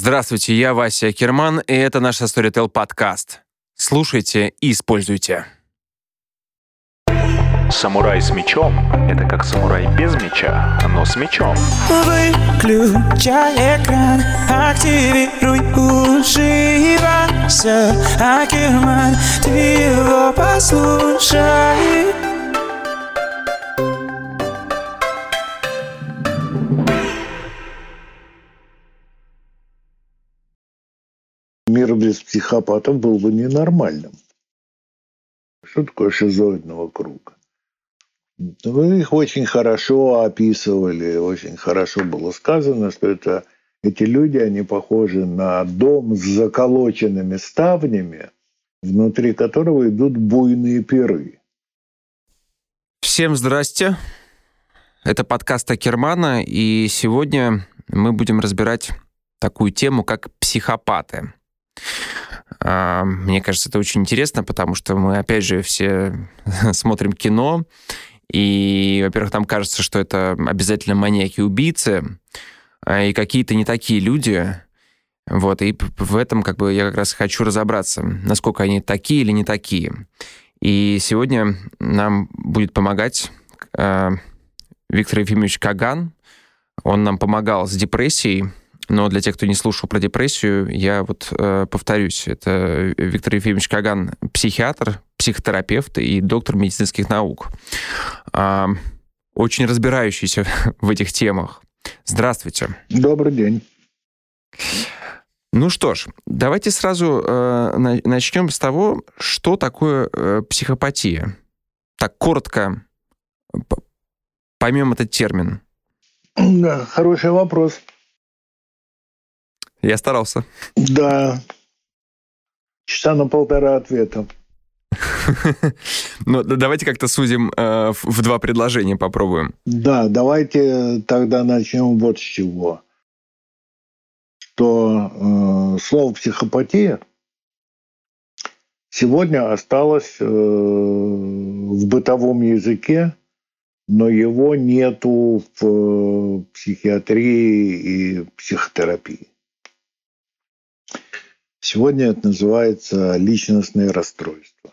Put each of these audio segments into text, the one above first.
Здравствуйте, я Вася Акерман, и это наш Storytel подкаст. Слушайте и используйте. Самурай с мечом — это как самурай без меча, но с мечом. Выключай экран, активируй уши, Вася Акерман, ты его послушай. Мир без психопатов был бы ненормальным. Что такое шизоидного круга? Вы их очень хорошо описывали, очень хорошо было сказано, что эти люди, они похожи на дом с заколоченными ставнями, внутри которого идут буйные пиры. Всем здрасте. Это подкаст Акермана, и сегодня мы будем разбирать такую тему, как психопаты. Мне кажется, это очень интересно, потому что мы, опять же, все смотрим кино, и, во-первых, нам кажется, что это обязательно маньяки-убийцы, и какие-то не такие люди. Вот, и в этом я как раз хочу разобраться, насколько они такие или не такие. И сегодня нам будет помогать Виктор Ефимович Каган. Он нам помогал с депрессией, но для тех, кто не слушал про депрессию, я повторюсь. Это Виктор Ефимович Каган, психиатр, психотерапевт и доктор медицинских наук. Очень разбирающийся в этих темах. Здравствуйте. Добрый день. Ну что ж, давайте сразу начнем с того, что такое психопатия. Так коротко поймем этот термин. Да, хороший вопрос. Я старался. Да. Часа на полтора ответа. Ну, давайте как-то сузим в два предложения, попробуем. Да, давайте тогда начнем вот с чего. Что слово «психопатия» сегодня осталось в бытовом языке, но его нету в психиатрии и психотерапии. Сегодня это называется личностное расстройство.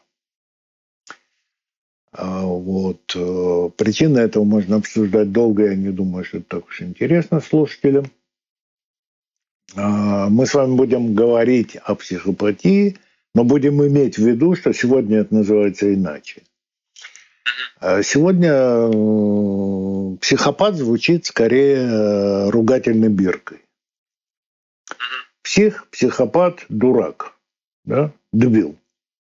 Причины этого можно обсуждать долго, я не думаю, что это так уж интересно слушателям. Мы с вами будем говорить о психопатии, но будем иметь в виду, что сегодня это называется иначе. Сегодня психопат звучит скорее ругательной биркой. Психопат, дурак, да? Дебил.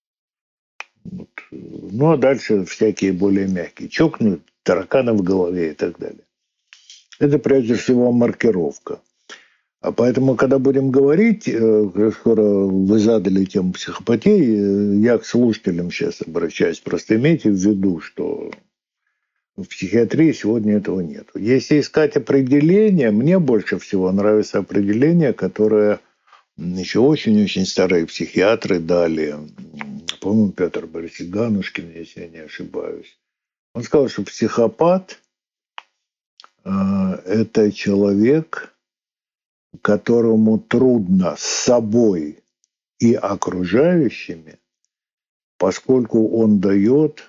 Ну, а дальше всякие более мягкие. Чокнут, тараканы в голове и так далее. Это прежде всего маркировка. А поэтому, когда будем говорить, скоро вы задали тему психопатии, я к слушателям сейчас обращаюсь. Просто имейте в виду, что в психиатрии сегодня этого нет. Если искать определение, мне больше всего нравится определение, которое еще очень-очень старые психиатры дали. По-моему, Петр Борисович Ганушкин, если я не ошибаюсь. Он сказал, что психопат – это человек, которому трудно с собой и окружающими, поскольку он дает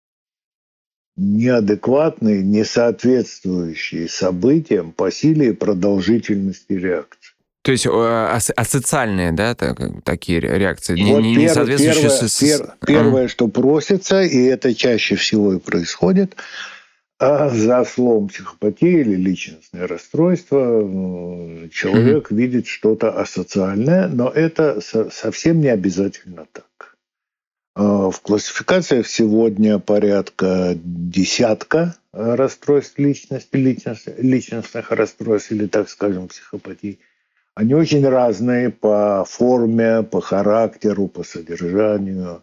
неадекватные, несоответствующие событиям по силе и продолжительности реакции. То есть асоциальные, да, такие реакции, не соответствующие... Первое, что просится, и это чаще всего и происходит, за словом психопатия или личностное расстройство человек видит что-то асоциальное, но это совсем не обязательно так. В классификациях сегодня порядка десятка расстройств личности, личностных расстройств или, так скажем, психопатии. Они очень разные по форме, по характеру, по содержанию.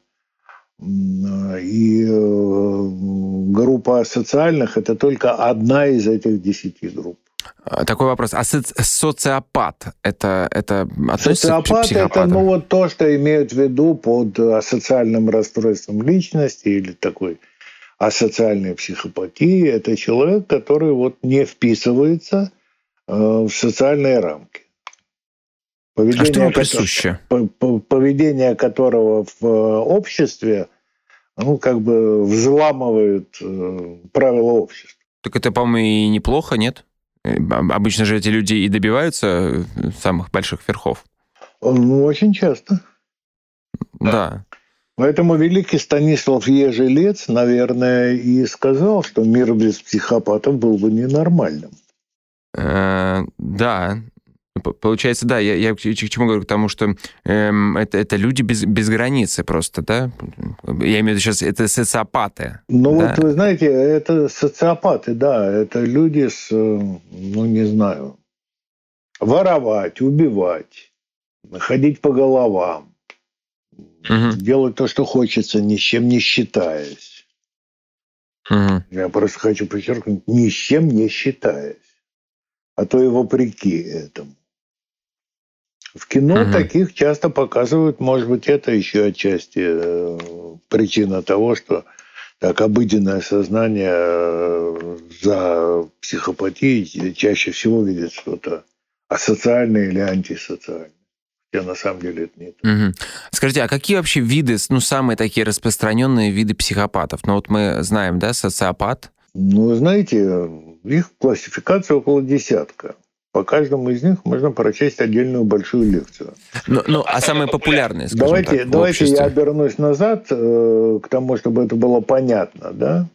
И группа социальных – это только одна из этих 10 групп. Такой вопрос. А социопат – это относится к психопатам? Социопат – это то, что имеют в виду под асоциальным расстройством личности или такой асоциальной психопатией. Это человек, который не вписывается в социальные рамки. А что ему присуще? Поведение которого в обществе, как бы взламывает правила общества. Так это, по-моему, и неплохо, нет? Обычно же эти люди и добиваются самых больших верхов. Очень часто. Да. Поэтому великий Станислав Ежелец, наверное, и сказал, что мир без психопатов был бы ненормальным. Да. Получается, да, я к чему говорю? К тому, что это люди без границы просто, да? Я имею в виду сейчас, это социопаты. Ну да? вот вы знаете, это социопаты, да, это люди с, не знаю, воровать, убивать, ходить по головам, делать то, что хочется, ни с чем не считаясь. Я просто хочу подчеркнуть, ни с чем не считаясь, а то и вопреки этому. В кино таких часто показывают, может быть, это еще отчасти причина того, что так обыденное сознание за психопатией чаще всего видит что-то асоциальное или антисоциальное. Хотя на самом деле это не так. Скажите, а какие вообще виды, самые такие распространенные виды психопатов? Ну вот мы знаем, да, социопат. Ну, знаете, их классификация около десятка. По каждому из них можно прочесть отдельную большую лекцию. А самые популярные, скажем давайте, так, в давайте обществе? я обернусь назад к тому, чтобы это было понятно, да?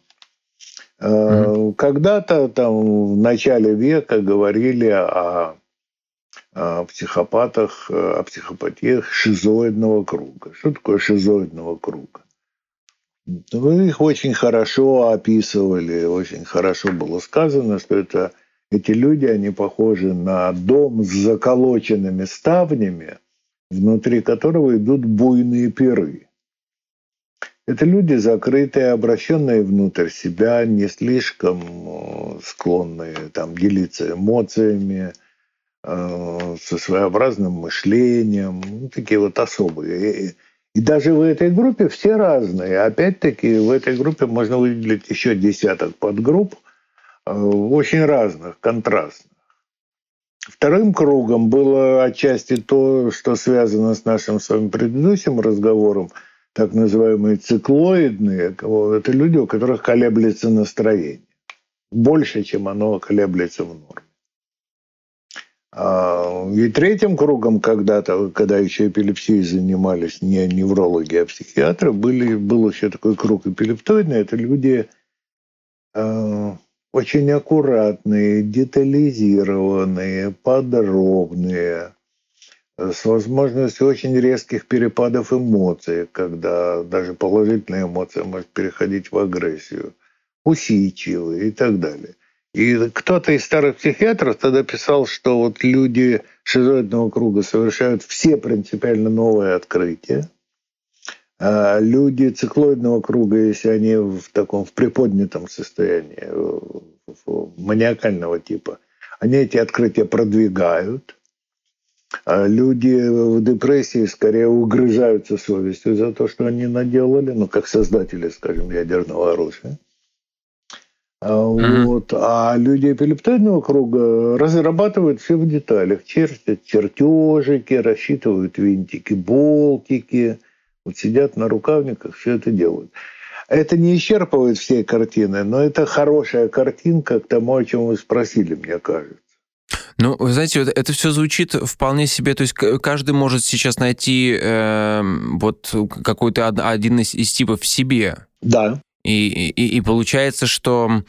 Когда-то там в начале века говорили о психопатах, о психопатиях шизоидного круга. Что такое шизоидного круга? Их очень хорошо описывали, очень хорошо было сказано, что эти люди, они похожи на дом с заколоченными ставнями, внутри которого идут буйные пиры. Это люди закрытые, обращенные внутрь себя, не слишком склонные делиться эмоциями, со своеобразным мышлением, такие вот особые. И даже в этой группе все разные. Опять-таки в этой группе можно выделить еще десяток подгрупп, очень разных, контрастных. Вторым кругом было отчасти то, что связано с нашим с вами предыдущим разговором, так называемые циклоидные. Это люди, у которых колеблется настроение. Больше, чем оно колеблется в норме. И третьим кругом когда-то, когда еще эпилепсией занимались не неврологи, а психиатры, был еще такой круг эпилептоидный. Это люди очень аккуратные, детализированные, подробные, с возможностью очень резких перепадов эмоций, когда даже положительная эмоция может переходить в агрессию, усидчивые и так далее. И кто-то из старых психиатров тогда писал, что вот люди шизоидного круга совершают все принципиально новые открытия, а люди циклоидного круга, если они в приподнятом состоянии, маниакального типа, они эти открытия продвигают. А люди в депрессии скорее угрызаются совестью за то, что они наделали, как создатели, скажем, ядерного оружия. А люди эпилептоидного круга разрабатывают все в деталях. Чертят чертежики, рассчитывают винтики, болтики, сидят на рукавниках, все это делают. Это не исчерпывает всей картины, но это хорошая картинка к тому, о чем вы спросили, мне кажется. Вы знаете, это все звучит вполне себе, то есть каждый может сейчас найти какой-то один из типов в себе. Да. И получается, что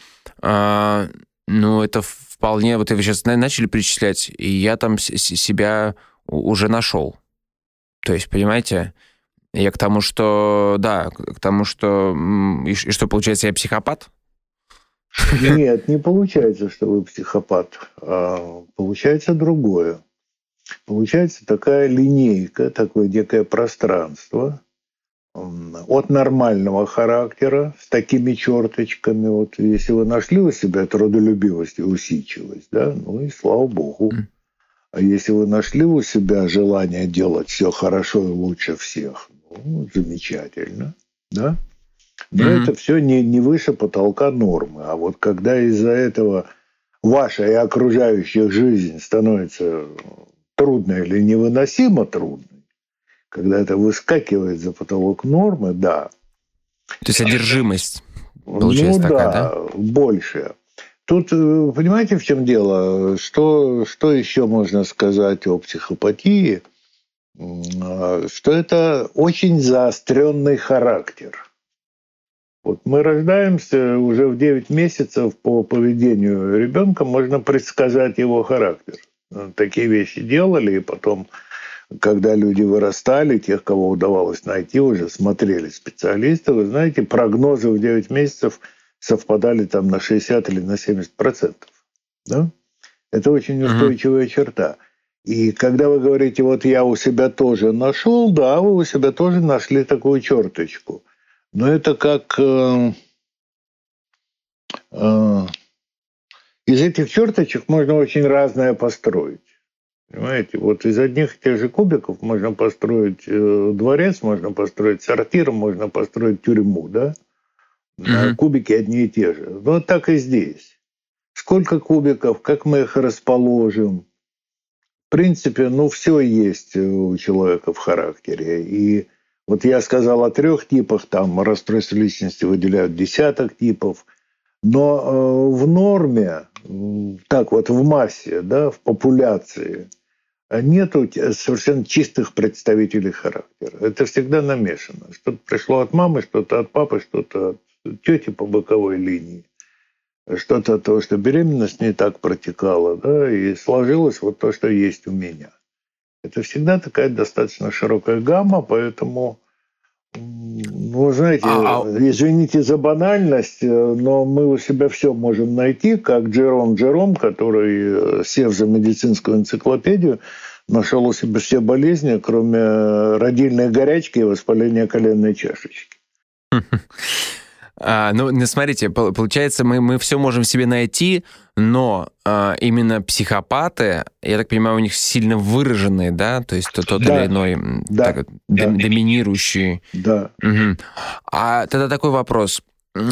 это вполне... Вот вы сейчас начали перечислять, и я там себя уже нашел. То есть, понимаете, я к тому, что... Да, к тому, что... И что, получается, я психопат? Нет, не получается, что вы психопат. Получается другое. Получается такая линейка, такое некое пространство от нормального характера с такими черточками. Если вы нашли у себя трудолюбивость и усидчивость, да, и слава богу. А если вы нашли у себя желание делать все хорошо и лучше всех, замечательно, да. Но это все не выше потолка нормы. А вот когда из-за этого ваша и окружающих жизнь становится трудной или невыносимо трудной, когда это выскакивает за потолок нормы, да. То есть одержимость получается такая, да? Больше. Тут, понимаете, в чем дело? Что еще можно сказать о психопатии? Что это очень заостренный характер. Вот мы рождаемся, уже в 9 месяцев по поведению ребенка можно предсказать его характер. Такие вещи делали, и потом, когда люди вырастали, тех, кого удавалось найти, уже смотрели специалисты, вы знаете, прогнозы в 9 месяцев совпадали там на 60 или на 70%. Да? Это очень устойчивая черта. И когда вы говорите, вот я у себя тоже нашел, да, вы у себя тоже нашли такую черточку. Но это как из этих черточек можно очень разное построить. Понимаете, вот из одних и тех же кубиков можно построить дворец, можно построить сортир, можно построить тюрьму, да? Кубики одни и те же. Но так и здесь. Сколько кубиков, как мы их расположим. В принципе, все есть у человека в характере. И вот я сказал о 3 типах, там расстройства личности выделяют десяток типов. Но в норме, так вот в массе, да, в популяции, нету совершенно чистых представителей характера. Это всегда намешано. Что-то пришло от мамы, что-то от папы, что-то от тети по боковой линии. Что-то от того, что беременность не так протекала, да, и сложилось вот то, что есть у меня. Это всегда такая достаточно широкая гамма, поэтому, вы знаете, извините за банальность, но мы у себя все можем найти, как Джером, который, сев за медицинскую энциклопедию, нашел у себя все болезни, кроме родильной горячки и воспаления коленной чашечки. Смотрите, получается, мы все можем себе найти, но именно психопаты, я так понимаю, у них сильно выраженные, да? То есть тот или иной доминирующий. Да. Угу. А тогда такой вопрос.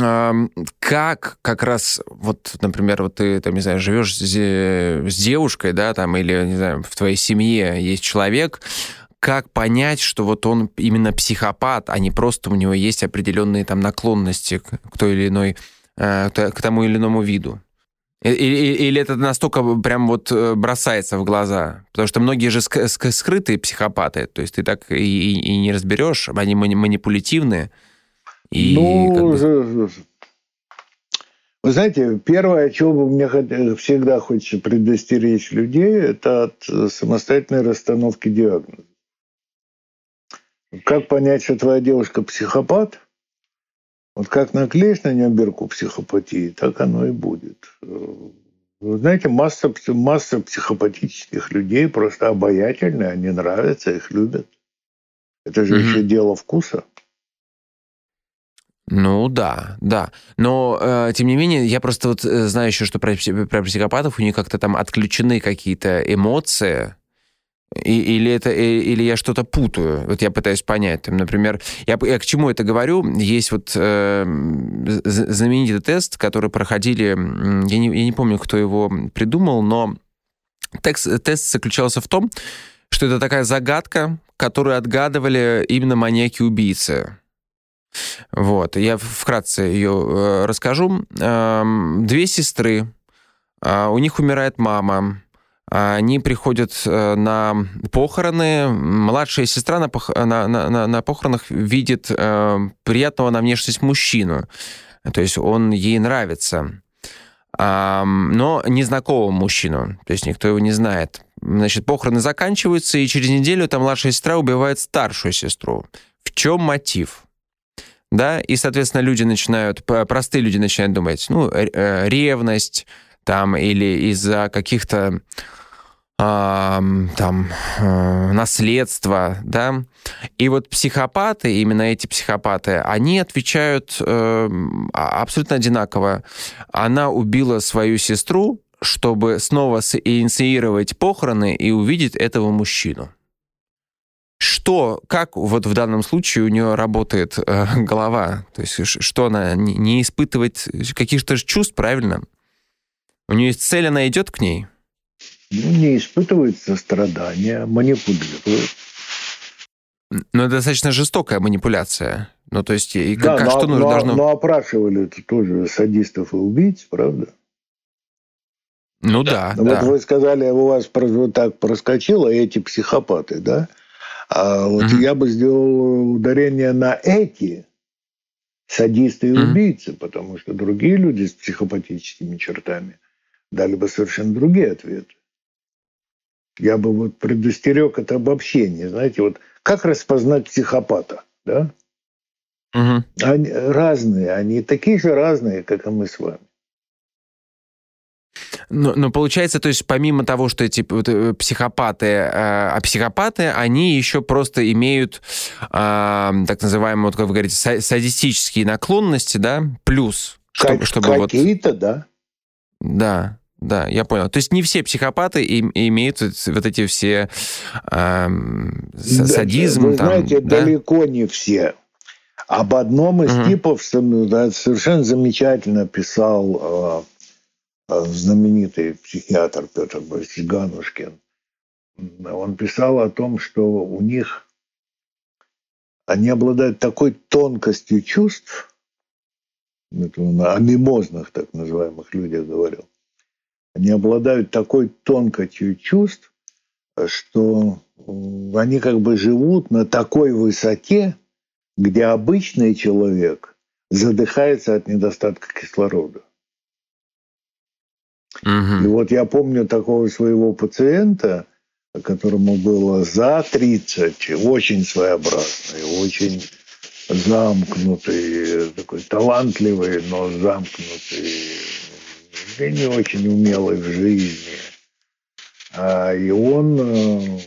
Как раз, вот, например, вот ты, там, не знаю, живешь с девушкой, да, там, или, не знаю, в твоей семье есть человек, как понять, что вот он именно психопат, а не просто у него есть определенные там наклонности к той или иной, к тому или иному виду? Или это настолько прям вот бросается в глаза? Потому что многие же скрытые психопаты, то есть ты так и не разберешь, они манипулятивные. Вы знаете, первое, о чем мне всегда хочется предостеречь людей, это от самостоятельной расстановки диагноза. Как понять, что твоя девушка психопат? Вот как наклеишь на нее бирку психопатии, так оно и будет. Вы знаете, масса психопатических людей просто обаятельные, они нравятся, их любят. Это же еще дело вкуса. Да. Но, тем не менее, я просто вот знаю еще, что про психопатов у них как-то там отключены какие-то эмоции, или я что-то путаю. Вот я пытаюсь понять. Там, например, я к чему это говорю? Есть вот знаменитый тест, который проходили, я не помню, кто его придумал, но тест заключался в том, что это такая загадка, которую отгадывали именно маньяки-убийцы. Вот, я вкратце ее расскажу. 2 сестры, у них умирает мама, они приходят на похороны, младшая сестра на похоронах видит приятного на внешность мужчину, то есть он ей нравится, но незнакомого мужчину, то есть никто его не знает. Значит, похороны заканчиваются, и через неделю эта младшая сестра убивает старшую сестру. В чем мотив? Да, и, соответственно, простые люди начинают думать, ревность, там, или из-за каких-то наследства, да. И вот психопаты, именно эти психопаты, они отвечают абсолютно одинаково. Она убила свою сестру, чтобы снова инициировать похороны и увидеть этого мужчину. Как вот в данном случае у нее работает голова? То есть что она не испытывает каких-то чувств, правильно? У нее есть цель, она идет к ней? не испытывает сострадания, манипулирует. Но это достаточно жестокая манипуляция. Ну, то есть, Да, что нужно должно... но опрашивали это тоже садистов и убийц, правда? Ну да, Вот да. вы сказали, у вас вот так проскочило эти психопаты, да? А вот я бы сделал ударение на эти садисты и убийцы, потому что другие люди с психопатическими чертами дали бы совершенно другие ответы. Я бы вот предостерег от обобщения. Знаете, вот как распознать психопата, да? Они разные, они такие же разные, как и мы с вами. Но получается, то есть помимо того, что эти психопаты, они еще просто имеют так называемые, вот, как вы говорите, садистические наклонности, да, плюс, чтобы какие-то, да. Да, я понял. То есть не все психопаты имеют вот эти все садизм. Вы знаете, далеко не все. Об одном из типов совершенно замечательно писал знаменитый психиатр Петр Борисович Ганушкин. Он писал о том, что у них они обладают такой тонкостью чувств, это он о мимозных так называемых людях говорил, они обладают такой тонкостью чувств, что они как бы живут на такой высоте, где обычный человек задыхается от недостатка кислорода. И вот я помню такого своего пациента, которому было за 30, очень своеобразный, очень замкнутый, такой талантливый, но замкнутый, и не очень умелый в жизни. И он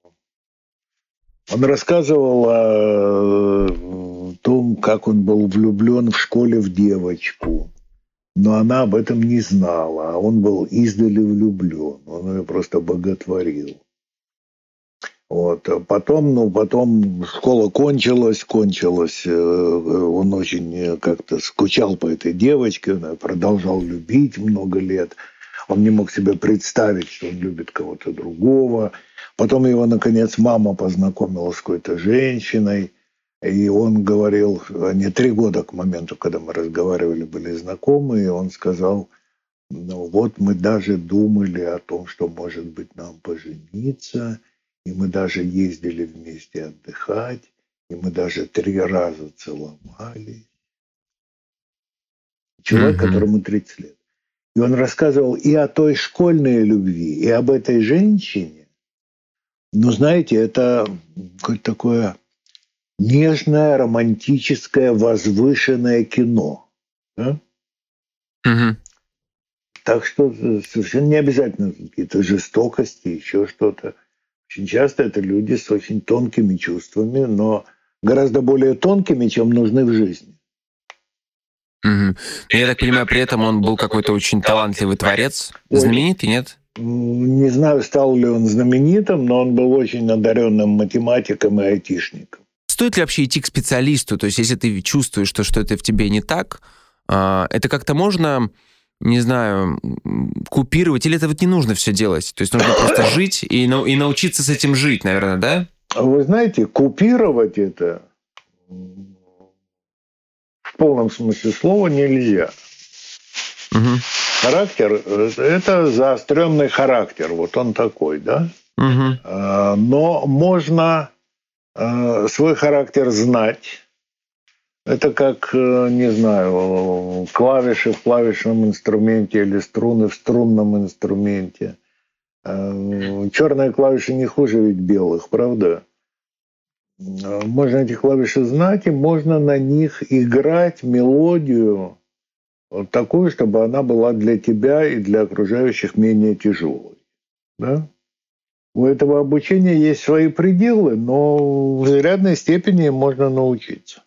рассказывал о том, как он был влюблен в школе в девочку. Но она об этом не знала, а он был издали влюблен. Он ее просто боготворил. Вот. Потом школа кончилась. Он очень как-то скучал по этой девочке, он продолжал любить много лет. Он не мог себе представить, что он любит кого-то другого. Потом его, наконец, мама познакомила с какой-то женщиной. И он говорил, они 3 года к моменту, когда мы разговаривали, были знакомы, и он сказал, вот мы даже думали о том, что, может быть, нам пожениться, и мы даже ездили вместе отдыхать, и мы даже 3 раза целовались. Человек, которому 30 лет. И он рассказывал и о той школьной любви, и об этой женщине. Но, знаете, это какое-то такое нежное, романтическое, возвышенное кино. Да? Так что совершенно не обязательно какие-то жестокости, еще что-то. Очень часто это люди с очень тонкими чувствами, но гораздо более тонкими, чем нужны в жизни. Я так понимаю, при этом он был какой-то очень талантливый творец, знаменитый, нет? Не знаю, стал ли он знаменитым, но он был очень одаренным математиком и айтишником. Стоит ли вообще идти к специалисту? То есть, если ты чувствуешь, что это в тебе не так, это как-то можно, не знаю, купировать, или это вот не нужно все делать? То есть, нужно просто жить и научиться с этим жить, наверное, да? Вы знаете, купировать это в полном смысле слова нельзя. Характер – это заостренный характер, вот он такой, да? Но можно свой характер знать. Это как, не знаю, клавиши в клавишном инструменте или струны в струнном инструменте. Черные клавиши не хуже ведь белых, правда? Можно эти клавиши знать, и можно на них играть мелодию вот такую, чтобы она была для тебя и для окружающих менее тяжелой. Да? У этого обучения есть свои пределы, но в изрядной степени можно научиться.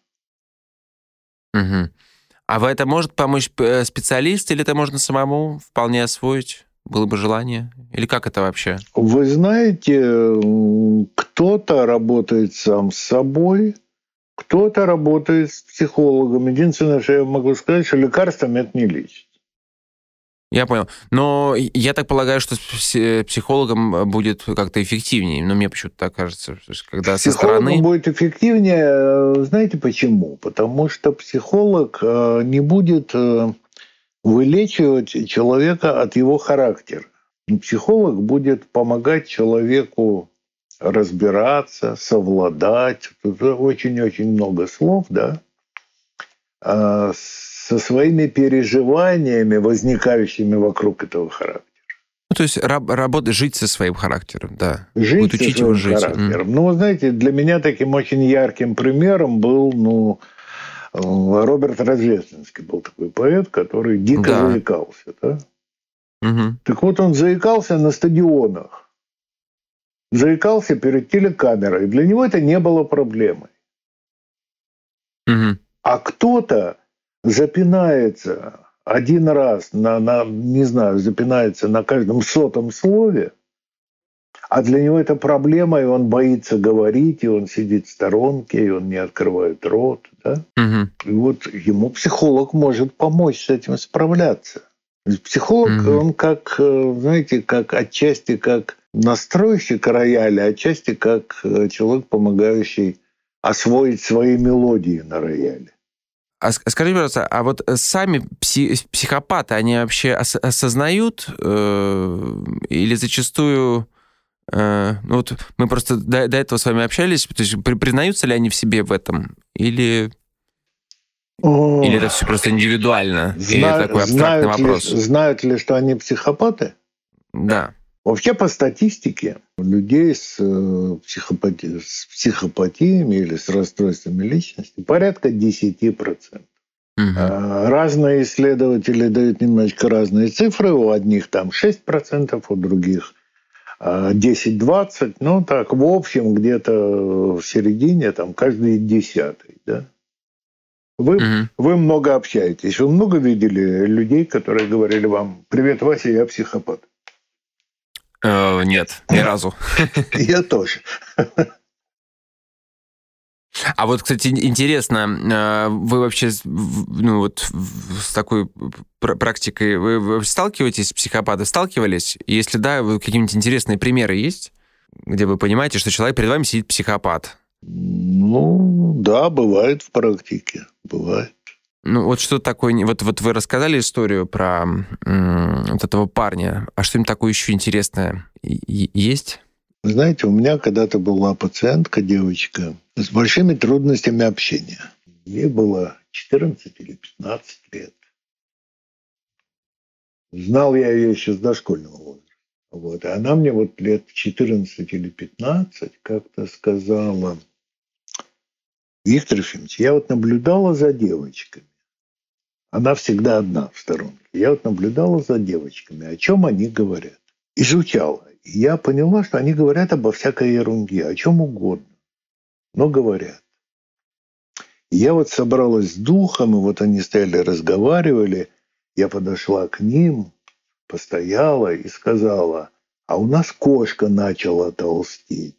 А в этом может помочь специалист, или это можно самому вполне освоить? Было бы желание? Или как это вообще? Вы знаете, кто-то работает сам с собой, кто-то работает с психологом. Единственное, что я могу сказать, что лекарствами это не лечит. Я понял. Но я так полагаю, что с психологом будет как-то эффективнее. Но мне почему-то так кажется, что когда со Психологом стороны... будет эффективнее, знаете почему? Потому что психолог не будет вылечивать человека от его характера. Психолог будет помогать человеку разбираться, совладать. Тут очень-очень много слов, да, со своими переживаниями, возникающими вокруг этого характера. Ну, то есть жить со своим характером, да. Жить будет со учить своим его жить. характером. Ну, знаете, для меня таким очень ярким примером был, Роберт Рождественский был такой поэт, который дико заикался, да? Угу. Так вот, он заикался на стадионах. Заикался перед телекамерой. Для него это не было проблемой. Угу. А кто-то запинается один раз, запинается на каждом 100-м слове, а для него это проблема, и он боится говорить, и он сидит в сторонке, и он не открывает рот. Да? Угу. И вот ему психолог может помочь с этим справляться. Психолог, он как отчасти как настройщик рояля, отчасти как человек, помогающий освоить свои мелодии на рояле. А скажи, пожалуйста, а вот сами психопаты, они вообще осознают или зачастую... вот мы просто до этого с вами общались, то есть признаются ли они в себе в этом? Или это все просто индивидуально? Или это такой абстрактный вопрос? Знают ли, что они психопаты? Да. Вообще, по статистике, людей с психопатиями или с расстройствами личности порядка 10%. Разные исследователи дают немножечко разные цифры. У одних там 6%, у других 10-20%. Ну, так, в общем, где-то в середине, там, каждый 10-й, да? Вы много общаетесь. Вы много видели людей, которые говорили вам: «Привет, Вася, я психопат». Нет, ни разу. Я тоже. А вот, кстати, интересно, вы вообще с такой практикой вы сталкиваетесь с психопатом? Сталкивались? Если да, какие-нибудь интересные примеры есть, где вы понимаете, что человек перед вами сидит психопат? Ну, да, бывает в практике. Бывает. Ну, вот что такое... Вот вы рассказали историю про вот этого парня. А что-нибудь такое еще интересное есть? Вы знаете, у меня когда-то была пациентка, девочка, с большими трудностями общения. Ей было 14 или 15 лет. Знал я ее еще с дошкольного возраста. Вот. И она мне вот лет 14 или 15 как-то сказала: «Виктор Ефимович, я вот наблюдала за девочками». Она всегда одна в сторонке. Я вот наблюдала за девочками, о чем они говорят. Изучала. И я поняла, что они говорят обо всякой ерунде, о чем угодно. Но говорят. И я вот собралась с духом, и вот они стояли, разговаривали. Я подошла к ним, постояла и сказала: «А у нас кошка начала толстеть».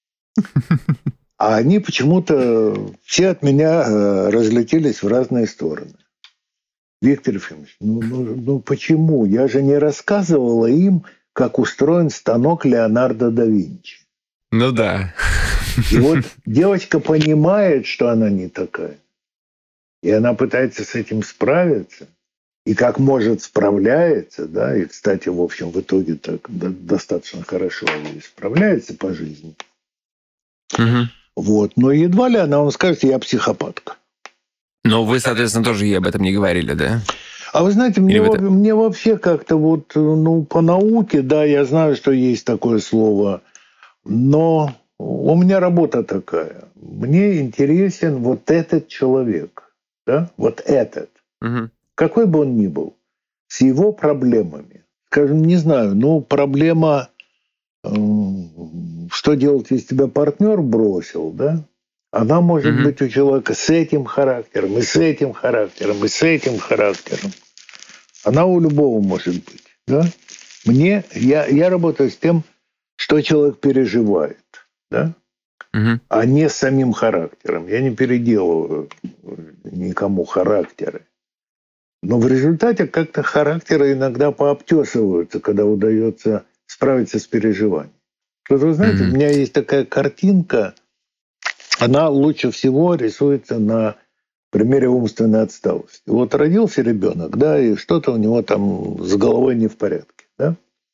А они почему-то все от меня разлетелись в разные стороны. Виктор Ефимович, ну почему? Я же не рассказывала им, как устроен станок Леонардо да Винчи. Ну да. И вот девочка понимает, что она не такая. И она пытается с этим справиться. И как может справляется, да, и, кстати, в общем, в итоге так достаточно хорошо и справляется по жизни. Угу. Вот. Но едва ли она вам скажет: «Я психопатка». Но вы, соответственно, тоже ей об этом не говорили, да? А вы знаете, мне вообще как-то вот, по науке, да, я знаю, что есть такое слово, но у меня работа такая. Мне интересен вот этот человек, да, вот этот, какой бы он ни был, с его проблемами. Скажем, не знаю, проблема, что делать, если тебя партнер бросил, да? Она может быть у человека с этим характером, и с этим характером, и с этим характером. Она у любого может быть. Да? Я работаю с тем, что человек переживает, да? А не с самим характером. Я не переделываю никому характеры. Но в результате как-то характеры иногда пообтесываются, когда удается справиться с переживанием. Вот вы знаете, у меня есть такая картинка, она лучше всего рисуется на примере умственной отсталости. Вот родился ребенок, да, и что-то у него там с головой не в порядке, да?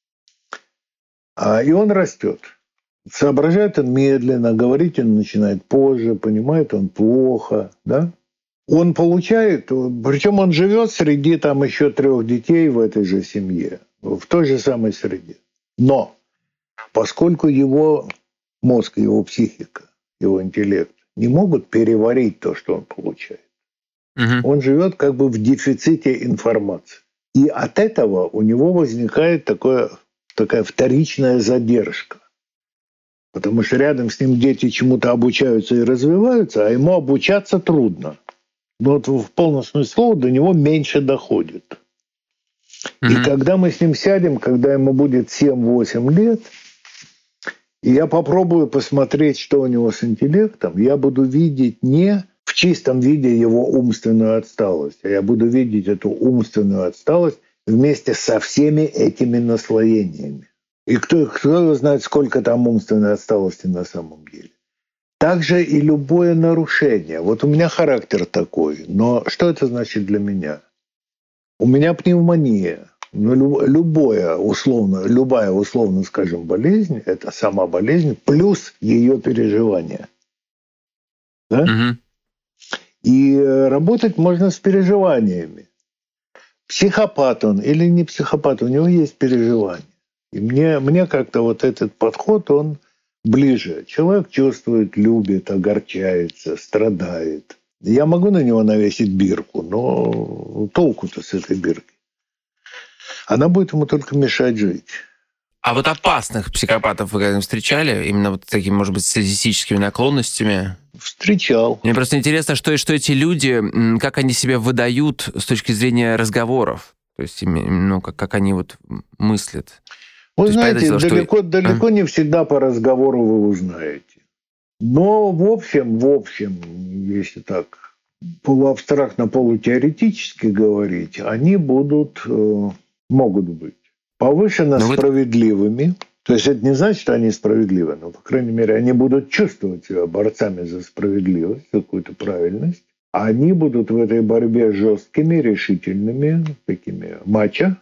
И он растет. Соображает он медленно, говорить он начинает позже, понимает он плохо, да? Он получает, причем он живет среди там еще 3 детей в этой же семье, в той же самой среде. Но поскольку его мозг, его психика, его интеллект не могут переварить то, что он получает, он живет как бы в дефиците информации. И от этого у него возникает такая вторичная задержка. Потому что рядом с ним дети чему-то обучаются и развиваются, а ему обучаться трудно. Но вот в полном смысле слова до него меньше доходит. И когда мы с ним сядем, когда ему будет 7-8 лет, и я попробую посмотреть, что у него с интеллектом, я буду видеть не в чистом виде его умственную отсталость, а я буду видеть эту умственную отсталость вместе со всеми этими наслоениями. И кто знает, сколько там умственной отсталости на самом деле. Также и любое нарушение. Вот у меня характер такой, но что это значит для меня? У меня пневмония. Но любая условно, скажем, болезнь – это сама болезнь плюс ее переживания. Да? И работать можно с переживаниями. Психопат он или не психопат, у него есть переживания. И мне как-то вот этот подход, он ближе. Человек чувствует, любит, огорчается, страдает. Я могу на него навесить бирку, но толку-то с этой бирки? Она будет ему только мешать жить. А вот опасных психопатов вы когда-нибудь встречали? Именно вот такими, может быть, садистическими наклонностями? Встречал. Мне просто интересно, что эти люди, как они себя выдают с точки зрения разговоров? То есть, ну, как они вот мыслят? Вы знаете, далеко не всегда по разговору вы узнаете. Но в общем, если так полуабстрактно, полутеоретически говорить, они могут быть повышенно справедливыми. То есть это не значит, что они справедливы, но, по крайней мере, они будут чувствовать себя борцами за справедливость, за какую-то правильность. Они будут в этой борьбе жесткими, решительными, такими мачо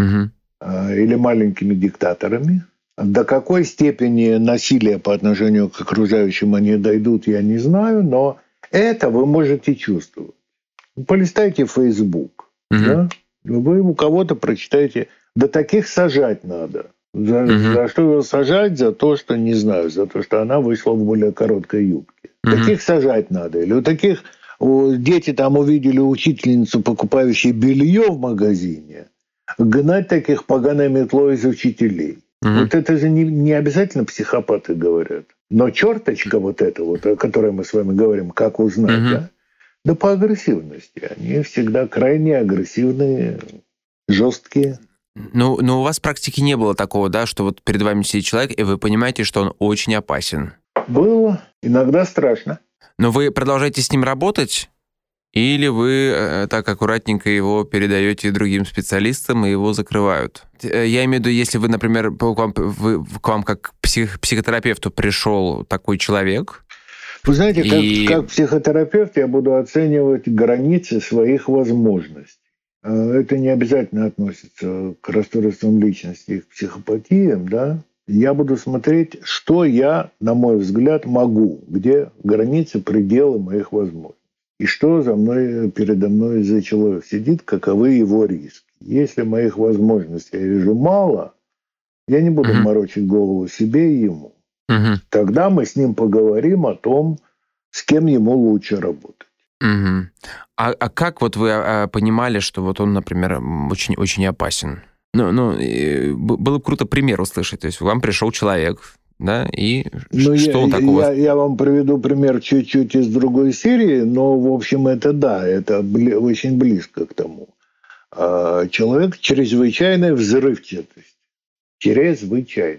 или маленькими диктаторами. До какой степени насилия по отношению к окружающим они дойдут, я не знаю, но это вы можете чувствовать. Полистайте Facebook, да? Вы у кого-то прочитаете, да таких сажать надо. За что его сажать? За то, что, не знаю, за то, что она вышла в более короткой юбке. Таких сажать надо. Или у таких дети там увидели учительницу, покупающую белье в магазине, гнать таких поганой метлой из учителей. Вот это же не обязательно психопаты говорят. Но черточка вот эта вот, о которой мы с вами говорим, как узнать, да по агрессивности. Они всегда крайне агрессивные, жесткие. Ну, у вас в практике не было такого, да, что вот перед вами сидит человек, и вы понимаете, что он очень опасен? Было. Иногда страшно. Но вы продолжаете с ним работать? Или вы так аккуратненько его передаете другим специалистам, и его закрывают? Я имею в виду, если вы, например, к вам как к психотерапевту пришел такой человек... Вы знаете, как психотерапевт я буду оценивать границы своих возможностей. Это не обязательно относится к расстройствам личности и к психопатиям, да? Я буду смотреть, что я, на мой взгляд, могу, где границы, пределы моих возможностей. И что передо мной за человек сидит, каковы его риски. Если моих возможностей я вижу мало, я не буду морочить голову себе и ему. Тогда мы с ним поговорим о том, с кем ему лучше работать. А как вот вы понимали, что вот он, например, очень, очень опасен? Было бы круто пример услышать. То есть к вам пришел человек, да, и что он такого... Я вам приведу пример чуть-чуть из другой серии, но, в общем, это очень близко к тому. Человек чрезвычайной взрывчатости. Чрезвычайной.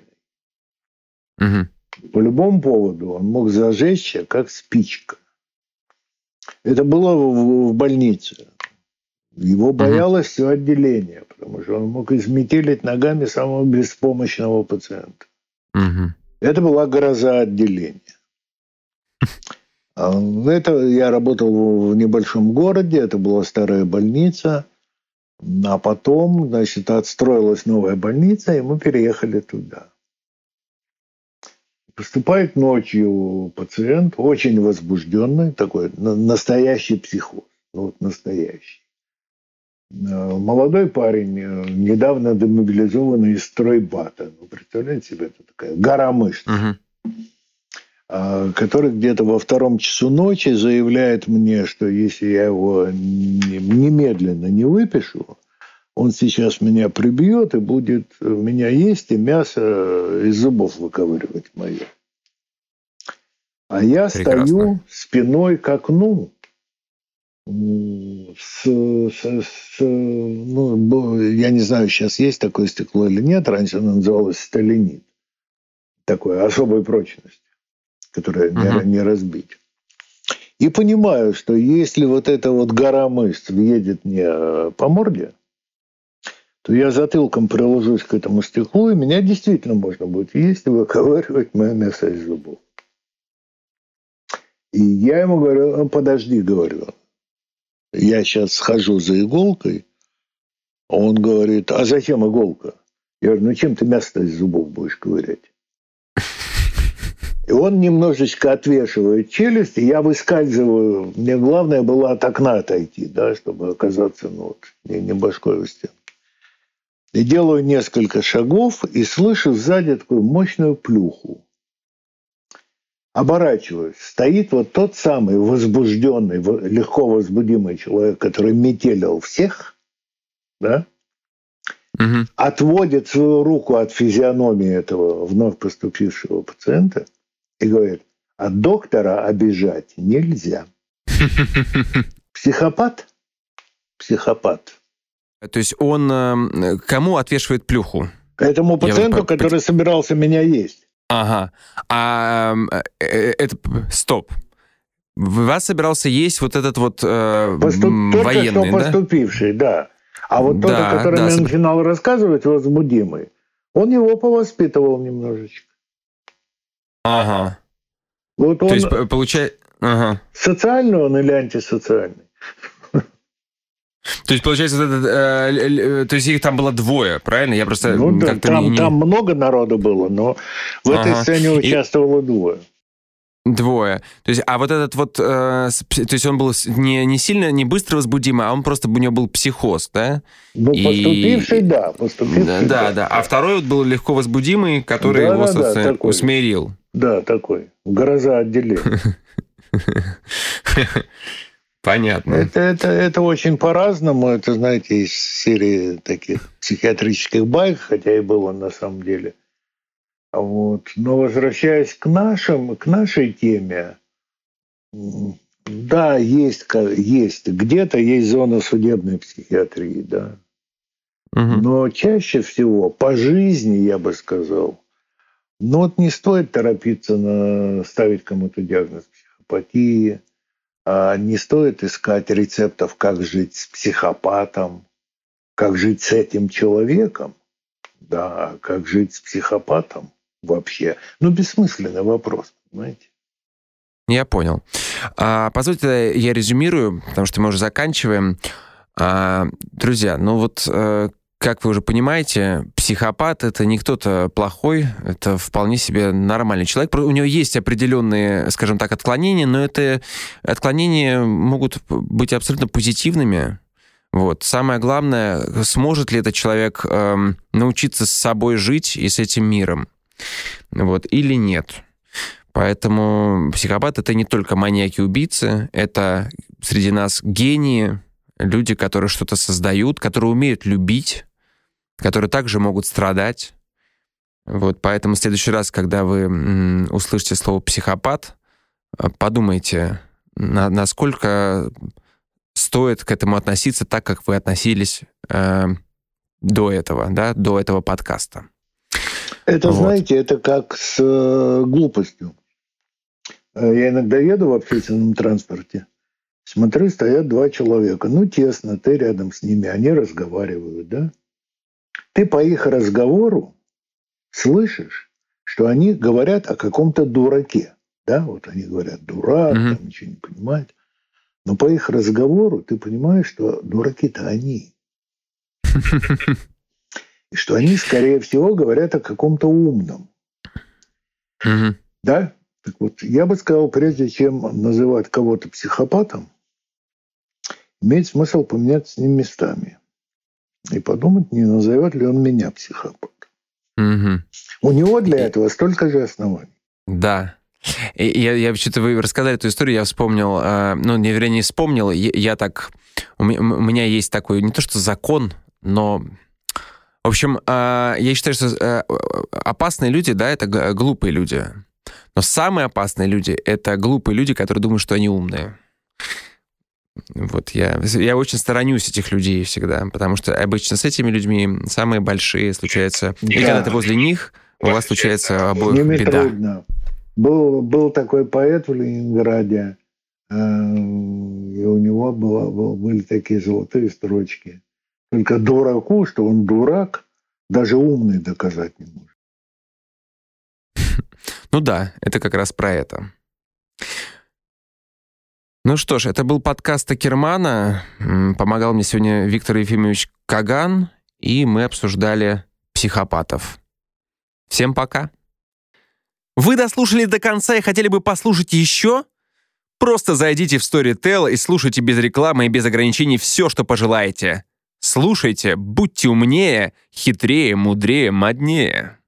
По любому поводу он мог зажечься, как спичка. Это было в больнице. Его боялось все отделение, потому что он мог изметелить ногами самого беспомощного пациента. Это была гроза отделения. Это я работал в небольшом городе, это была старая больница, а потом, значит, отстроилась новая больница, и мы переехали туда. Поступает ночью пациент, очень возбужденный, такой настоящий психоз, вот настоящий. Молодой парень, недавно демобилизованный из стройбата. Ну, представляете себе, это такая гора мышц. Который где-то во 2 часу ночи заявляет мне, что если я его немедленно не выпишу, он сейчас меня прибьет и будет меня есть и мясо из зубов выковыривать мое. А я стою спиной к окну. Я не знаю, сейчас есть такое стекло или нет. Раньше оно называлось сталинит. Такой особой прочности, которая не разбить. И понимаю, что если вот эта вот гора мышц въедет мне по морде, то я затылком приложусь к этому стеклу, и меня действительно можно будет есть и выковыривать мое мясо из зубов. И я ему говорю, подожди, говорю, я сейчас схожу за иголкой. Он говорит, а зачем иголка? Я говорю, ну чем ты мясо из зубов будешь ковырять? И он немножечко отвешивает челюсть, и я выскальзываю. Мне главное было от окна отойти, да, чтобы оказаться не башкой в стену. И делаю несколько шагов, и слышу сзади такую мощную плюху. Оборачиваюсь. Стоит вот тот самый возбужденный, легко возбудимый человек, который метелил всех, да? Отводит свою руку от физиономии этого вновь поступившего пациента и говорит, а доктора обижать нельзя. Психопат? Психопат. То есть он кому отвешивает плюху? Этому пациенту, который собирался меня есть. Ага. Стоп. Вас собирался есть вот этот вот военный, только что поступивший, да. А вот тот, который мне начинал рассказывать, возбудимый, он его повоспитывал немножечко. Ага. Вот он, то есть, получается... Ага. Социальный он или антисоциальный? То есть, получается, то есть их там было 2, правильно? Я просто как-то там много народу было, но в этой сцене участвовало 2. 2. То есть, а вот этот вот... то есть он был не сильно, не быстро возбудимый, а он просто, у него был психоз, да? Ну, поступивший, да. Да. А второй вот был легко возбудимый, который его, собственно, усмирил. Да, такой. Гроза отделения. Понятно. Это очень по-разному. Это, знаете, из серии таких психиатрических байк, хотя и было на самом деле. Вот. Но возвращаясь к нашей теме, да, есть. Где-то есть зона судебной психиатрии, да. Но чаще всего по жизни, я бы сказал, не стоит торопиться ставить кому-то диагноз психопатии, не стоит искать рецептов, как жить с психопатом, как жить с этим человеком, да, как жить с психопатом вообще. Бессмысленный вопрос, понимаете? Я понял. Позвольте, я резюмирую, потому что мы уже заканчиваем. Друзья, как вы уже понимаете, психопат — это не кто-то плохой, это вполне себе нормальный человек. У него есть определенные, скажем так, отклонения, но это отклонения могут быть абсолютно позитивными. Вот. Самое главное, сможет ли этот человек научиться с собой жить и с этим миром, или нет. Поэтому психопат — это не только маньяки-убийцы, это среди нас гении, люди, которые что-то создают, которые умеют любить, которые также могут страдать. Поэтому в следующий раз, когда вы услышите слово «психопат», подумайте, насколько стоит к этому относиться так, как вы относились до этого подкаста. Это, знаете, это как с глупостью. Я иногда еду в общественном транспорте, Смотрю, стоят два человека. Ну, тесно, ты рядом с ними, они разговаривают, да? Ты по их разговору слышишь, что они говорят о каком-то дураке. Да, вот они говорят, дурак, там ничего не понимает. Но по их разговору ты понимаешь, что дураки-то они. И что они, скорее всего, говорят о каком-то умном. Да? Так вот, я бы сказал, прежде чем называть кого-то психопатом, имеет смысл поменять с ним местами. И подумать, не назовет ли он меня психопатом. У него для этого столько же оснований. Да. Я что-то вы рассказали эту историю, я вспомнил, не вспомнил, у меня есть такой, не то что закон, но, в общем, я считаю, что опасные люди, да, это глупые люди. Но самые опасные люди — это глупые люди, которые думают, что они умные. Вот я очень сторонюсь этих людей всегда, потому что обычно с этими людьми самые большие случаются. И когда ты возле них, у вас случается обоих беда. Трудно. Был такой поэт в Ленинграде, и у него были такие золотые строчки. Только дураку, что он дурак, даже умный доказать не может. Ну да, это как раз про это. Ну что ж, это был подкаст Акермана. Помогал мне сегодня Виктор Ефимович Каган, и мы обсуждали психопатов. Всем пока. Вы дослушали до конца и хотели бы послушать еще? Просто зайдите в Storytel и слушайте без рекламы и без ограничений все, что пожелаете. Слушайте, будьте умнее, хитрее, мудрее, моднее.